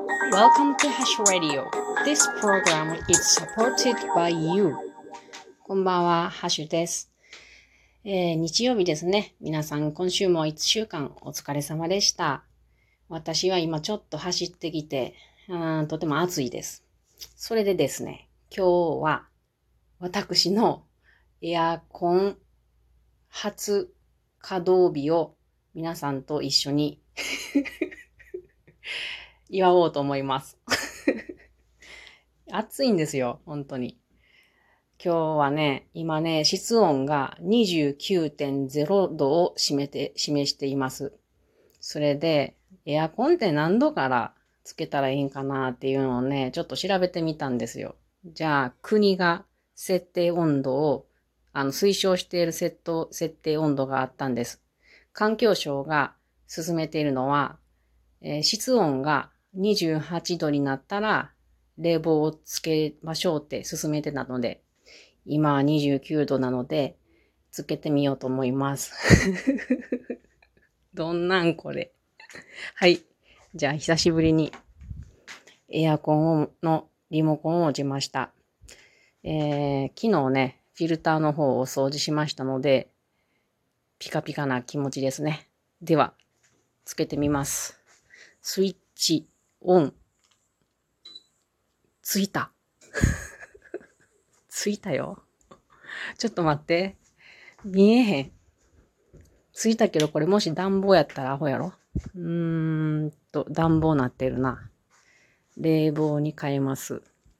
Welcome to Hash Radio. This program is supported by you. こんばんは、ハッシュです。日曜日ですね。皆さん、今週も1週間お疲れ様でした。私は今ちょっと走ってきて、とても暑いです。それでですね、今日は私のエアコン初稼働日を皆さんと一緒に祝おうと思います。暑いんですよ、本当に。今日はね、今ね、室温が 29.0 度を示しています。それで、エアコンって何度からつけたらいいんかなっていうのをね、ちょっと調べてみたんですよ。じゃあ、国が設定温度を、推奨している設定温度があったんです。環境省が進めているのは、室温が28度になったら、冷房をつけましょうって進めてたので、今は29度なので、つけてみようと思います。どんなんこれ。はい。じゃあ、久しぶりにエアコンのリモコンを押しました。昨日ね、フィルターの方を掃除しましたので、ピカピカな気持ちですね。では、つけてみます。スイッチオン。ついた。ついたよ。ちょっと待って。見えへん。ついたけど、これもし暖房やったらアホやろ？暖房なってるな。冷房に変えます。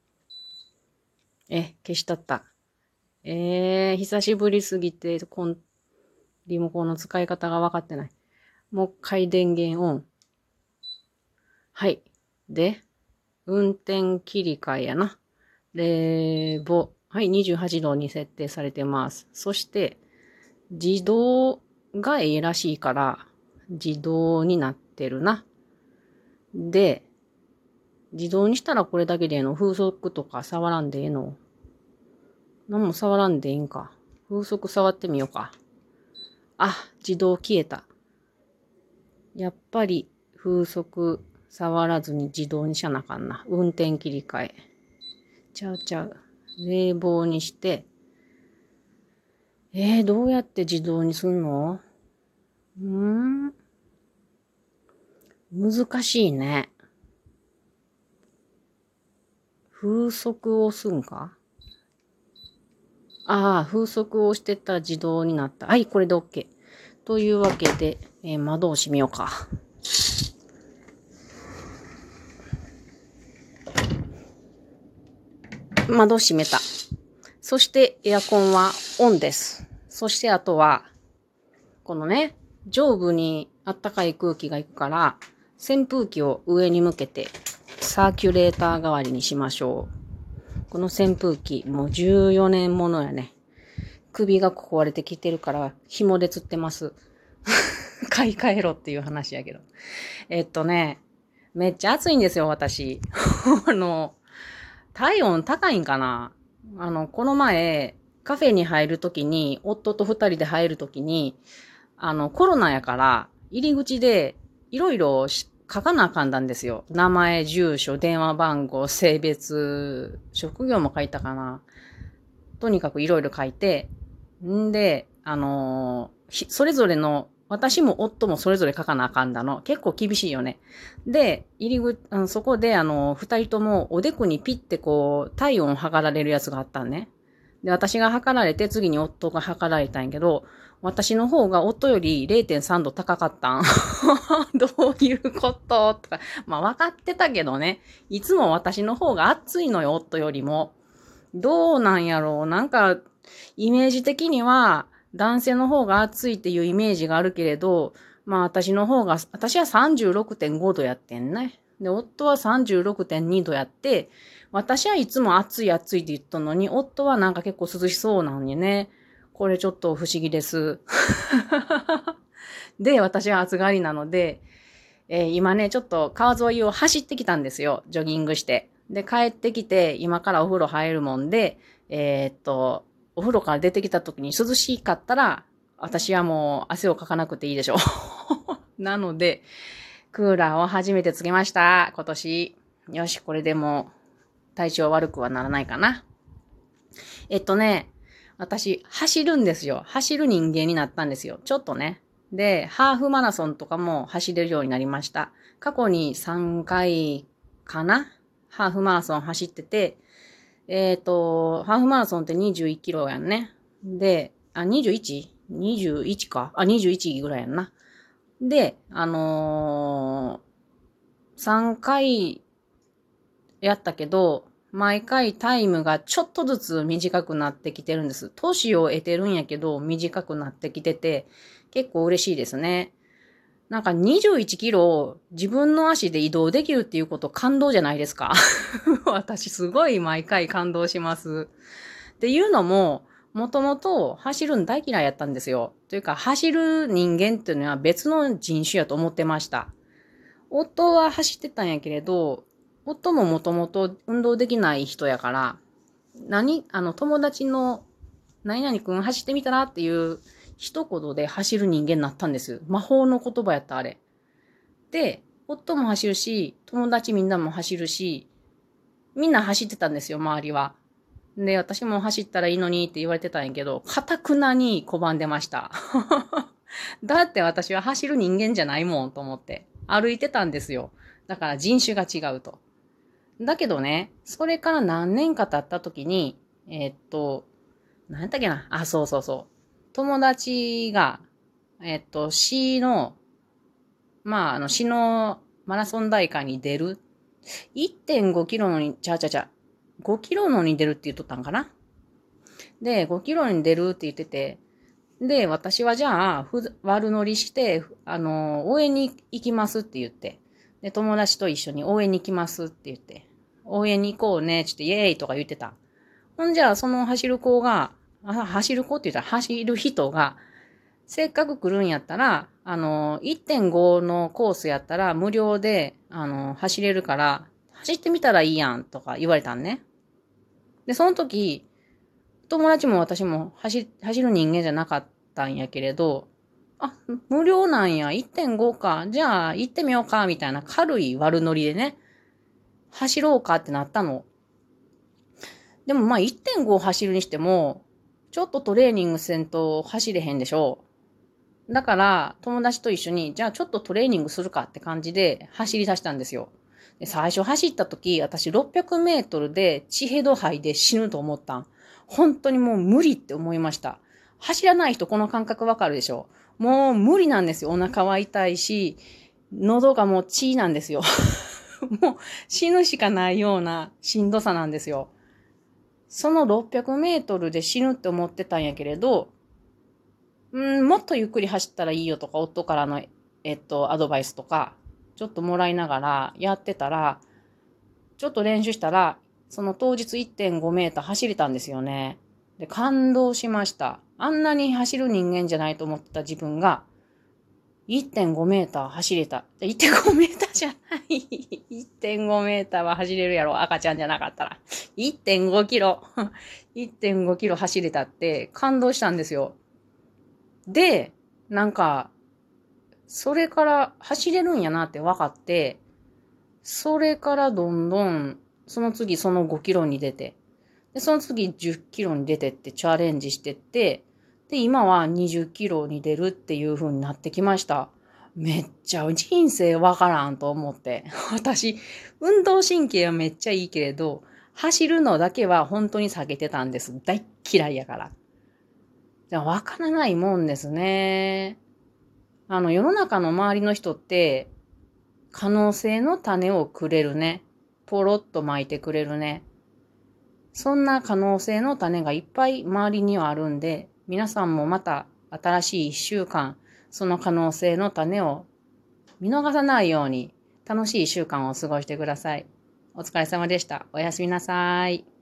消したった。久しぶりすぎて、リモコンの使い方が分かってない。もう一回電源オン。はい。で、運転切り替えやな。冷房。はい、28度に設定されてます。そして、自動がいいらしいから、自動になってるな。で、自動にしたらこれだけで風速とか触らんでええの？何も触らんでいいんか。風速触ってみようか。自動消えた。やっぱり風速触らずに自動にしなあかんな。運転切り替え。ちゃう。冷房にして。どうやって自動にすんの？難しいね。風速を押すんか？風速を押してたら自動になった。はい、これで OK。というわけで、窓を閉めようか。窓を閉めた。そしてエアコンはオンです。そしてあとは、このね、上部にあったかい空気が行くから、扇風機を上に向けてサーキュレーター代わりにしましょう。この扇風機、もう14年ものやね。首が壊れてきてるから紐で釣ってます。買い替えろっていう話やけど。めっちゃ暑いんですよ、私。体温高いんかな？この前、カフェに入るときに、夫と二人で入るときに、コロナやから、入り口で、いろいろ書かなあかんだんですよ。名前、住所、電話番号、性別、職業も書いたかな。とにかくいろいろ書いて、んで、それぞれの、私も夫もそれぞれ書かなあかんだの。結構厳しいよね。で、そこで二人ともおでこにピッてこう、体温を測られるやつがあったんね。で、私が測られて、次に夫が測られたんやけど、私の方が夫より 0.3 度高かったん。どういうこととか。まあ分かってたけどね。いつも私の方が暑いのよ、夫よりも。どうなんやろう。なんか、イメージ的には、男性の方が暑いっていうイメージがあるけれど、まあ私は36.5度やってんね。で、夫は36.2度やって、私はいつも暑いって言ったのに、夫はなんか結構涼しそうなんにね。これちょっと不思議です。で、私は暑がりなので、今ね、ちょっと川沿いを走ってきたんですよ。ジョギングして。で、帰ってきて、今からお風呂入るもんで、お風呂から出てきた時に涼しかったら、私はもう汗をかかなくていいでしょう。なので、 クーラーを初めてつけました。今年。よし、これでも体調悪くはならないかな。私、走るんですよ。走る人間になったんですよ。ちょっとね。で、ハーフマラソンとかも走れるようになりました。過去に3回かなハーフマラソン走ってて、ハーフマラソンって21キロやんね。で、21?21 か。21ぐらいやんな。で、3回やったけど、毎回タイムがちょっとずつ短くなってきてるんです。年を得てるんやけど、短くなってきてて、結構嬉しいですね。なんか21キロを自分の足で移動できるっていうこと感動じゃないですか。私すごい毎回感動します。っていうのも、もともと走るの大嫌いやったんですよ。というか、走る人間っていうのは別の人種やと思ってました。夫は走ってたんやけれど、夫ももともと運動できない人やから、友達の何々くん走ってみたらっていう一言で走る人間になったんです。魔法の言葉やったあれ。で、夫も走るし、友達みんなも走るし、みんな走ってたんですよ、周りは。で、私も走ったらいいのにって言われてたんやけど、堅くなに拒んでました。だって私は走る人間じゃないもんと思って。歩いてたんですよ。だから人種が違うと。だけどね、それから何年か経った時に、何やったっけな。あ、そうそうそう。友達が、市の、市のマラソン大会に出る。1.5キロのに、5キロのに出るって言っとったんかな。で、5キロに出るって言ってて、で、私はじゃあ、悪乗りして、応援に行きますって言って、で、友達と一緒に応援に行きますって言って、応援に行こうね、ちょっとイエーイとか言ってた。ほんじゃあ、その走る子が、走る子って言ったら走る人が、せっかく来るんやったら、1.5 のコースやったら無料で、走れるから、走ってみたらいいやんとか言われたんね。で、その時、友達も私も走る人間じゃなかったんやけれど、あ、無料なんや、1.5 か、じゃあ行ってみようか、みたいな軽い悪乗りでね、走ろうかってなったの。でも1.5 走るにしても、ちょっとトレーニングせんと走れへんでしょ。だから、友達と一緒に、じゃあちょっとトレーニングするかって感じで走り出したんですよ。で最初走った時、私600メートルで血ヘド吐いて死ぬと思ったん。本当にもう無理って思いました。走らない人この感覚わかるでしょ。もう無理なんですよ。お腹は痛いし、喉がもう血なんですよ。もう死ぬしかないようなしんどさなんですよ。その600メートルで死ぬって思ってたんやけれど、もっとゆっくり走ったらいいよとか、夫からの、アドバイスとか、ちょっともらいながらやってたら、ちょっと練習したら、その当日1.5メーター走れたんですよね。で、感動しました。あんなに走る人間じゃないと思ってた自分が、1.5メーター走れた。1.5メーターじゃない。1.5メーターは走れるやろ。赤ちゃんじゃなかったら。1.5キロ。1.5キロ走れたって感動したんですよ。で、なんか、それから走れるんやなって分かって、それからどんどん、その次その5キロに出て、で、その次10キロに出てってチャレンジしてって、で、今は20キロに出るっていう風になってきました。めっちゃ人生わからんと思って。私、運動神経はめっちゃいいけれど、走るのだけは本当に避けてたんです。大嫌いやから。じゃあ、わからないもんですね。世の中の周りの人って、可能性の種をくれるね。ポロッと巻いてくれるね。そんな可能性の種がいっぱい周りにはあるんで、皆さんもまた新しい一週間、その可能性の種を見逃さないように楽しい一週間を過ごしてください。お疲れ様でした。おやすみなさい。